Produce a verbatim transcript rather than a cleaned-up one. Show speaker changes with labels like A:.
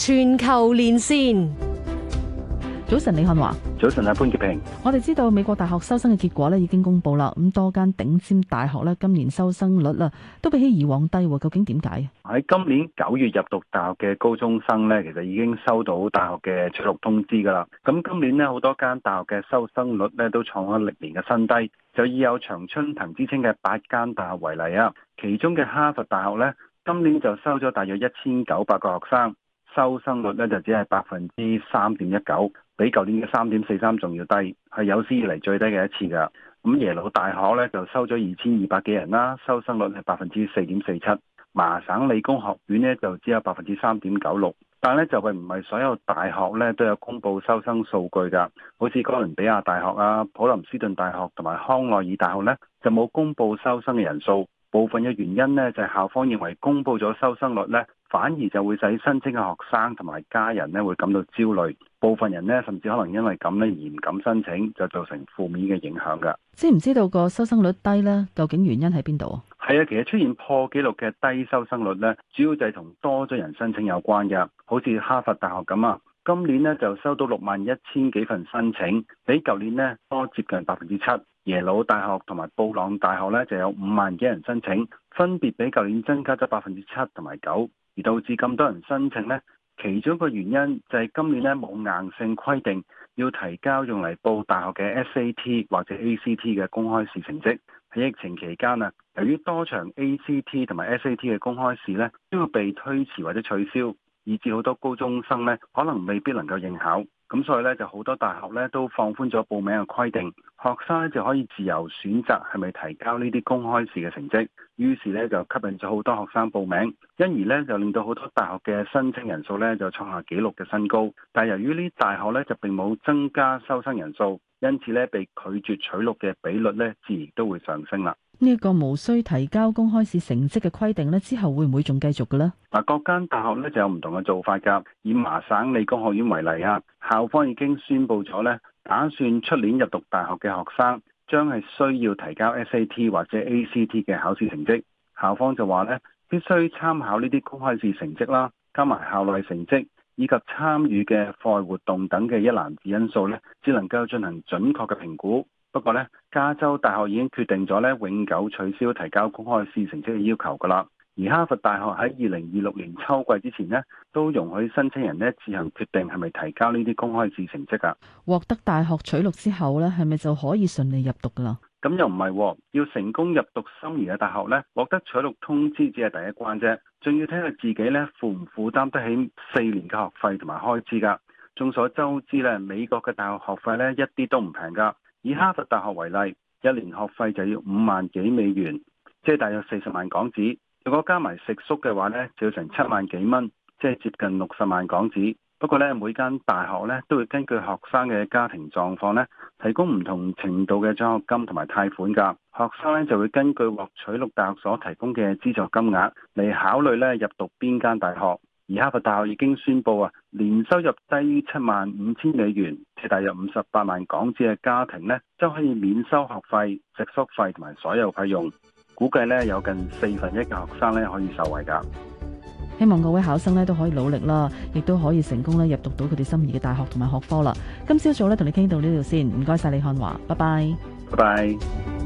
A: 全球連線。
B: 早晨，李漢華。
C: 早晨啊，潘潔平。
B: 我哋知道美國大學收生嘅結果咧已經公布啦，咁多間頂尖大學咧今年收生率啦都比起以往低，究竟點解？
C: 喺今年九月入讀大學嘅高中生咧，其實已經收到大學嘅取錄通知噶啦。咁今年呢，好多間大學嘅收生率咧都創咗歷年嘅新低，就以有長春藤之稱嘅八間大學為例啊。其中嘅哈佛大學咧，今年就收咗大約一千九百個學生，收生率咧就只係百分之三點一九，比舊年嘅三點四三仲要低，係有史以嚟最低嘅一次噶。咁耶魯大學咧就收咗二千二百幾人啦，收生率係百分之四點四七。麻省理工學院咧就只有百分之三點九六，但係咧就係唔係所有大學咧都有公布收生數據噶，好似哥倫比亞大學啊、普林斯頓大學同埋康奈爾大學咧就冇公布收生嘅人數。部分嘅原因呢，就係校方認為公布咗收生率呢，反而就會使申請嘅學生同埋家人呢會感到焦慮。部分人呢，甚至可能因為咁呢而唔敢申請，就造成負面嘅影響㗎。
B: 知唔知道個收生率低呢？究竟原因喺邊度啊？
C: 係啊，其實出現破紀錄嘅低收生率呢，主要就係同多咗人申請有關嘅。好似哈佛大學咁啊，今年呢就收到六萬一千幾份申請，比舊年呢多接近百分之七。耶魯大學同埋布朗大學咧就有五萬幾人申請，分別比舊年增加咗百分之七同埋九，而導致咁多人申請呢，其中一個原因就係今年呢冇硬性規定要提交用嚟報大學嘅 S A T 或者 A C T 嘅公開試成績。喺疫情期間啊，由於多場 A C T 同埋 S A T 嘅公開試呢都要被推遲或者取消，以致好多高中生呢可能未必能夠應考。咁所以咧，就好多大學咧都放寬咗報名嘅規定，學生咧就可以自由選擇係咪提交呢啲公開試嘅成績。於是咧就吸引咗好多學生報名，因而咧就令到好多大學嘅申請人數咧就創下紀錄嘅新高。但係由於呢啲大學咧就並冇增加收生人數，因此咧被拒絕取錄嘅比率咧自然都會上升啦。
B: 呢一個無需提交公開試成績嘅規定咧，之後會唔會仲繼續嘅呢？
C: 嗱，各間大學咧就有唔同嘅做法㗎。以麻省理工學院為例啊，校方已經宣布咗咧，打算出年入讀大學嘅學生將係需要提交 S A T 或者 A C T 嘅考試成績。校方就話咧，必須參考呢啲公開試成績啦，加埋校內成績以及參與嘅課外活動等嘅一籃子因素咧，只能夠進行準確嘅評估。不過咧，加州大學已經決定咗咧，永久取消提交公開試成績嘅要求噶啦。而哈佛大學喺二零二六年秋季之前呢，都容許申請人呢自行決定係咪提交呢啲公開試成績啊。
B: 獲得大學取錄之後咧，係咪就可以順利入讀噶啦？
C: 咁又唔係，要成功入讀心儀嘅大學咧，獲得取錄通知只係第一關啫，仲要睇下自己咧負唔負擔得起四年嘅學費同埋開支噶。眾所周知咧，美國嘅大學學費咧一啲都唔平噶。以哈佛大學為例，一年學費就要五萬幾美元，即係大約四十萬港紙。如果加埋食宿嘅話呢，就要成七萬幾蚊，即係接近六十萬港紙。不過呢，每間大學呢都會根據學生嘅家庭狀況呢，提供唔同程度嘅獎學金同埋貸款㗎。學生呢就會根據獲取錄大學所提供嘅資助金額嚟考慮呢入讀邊間大學。而哈佛大學已經宣布啊，年收入低於七萬五千美元，即係大約五十八萬港紙嘅家庭呢，將可以免收學費、食宿費同埋所有費用。估計呢，有近四分一嘅學生呢可以受惠㗎。
B: 希望各位考生呢都可以努力啦，亦都可以成功咧入讀到佢哋心儀嘅大學同埋學科啦。今朝早咧同你傾到呢度先，唔該晒李漢華，拜拜。
C: 拜拜。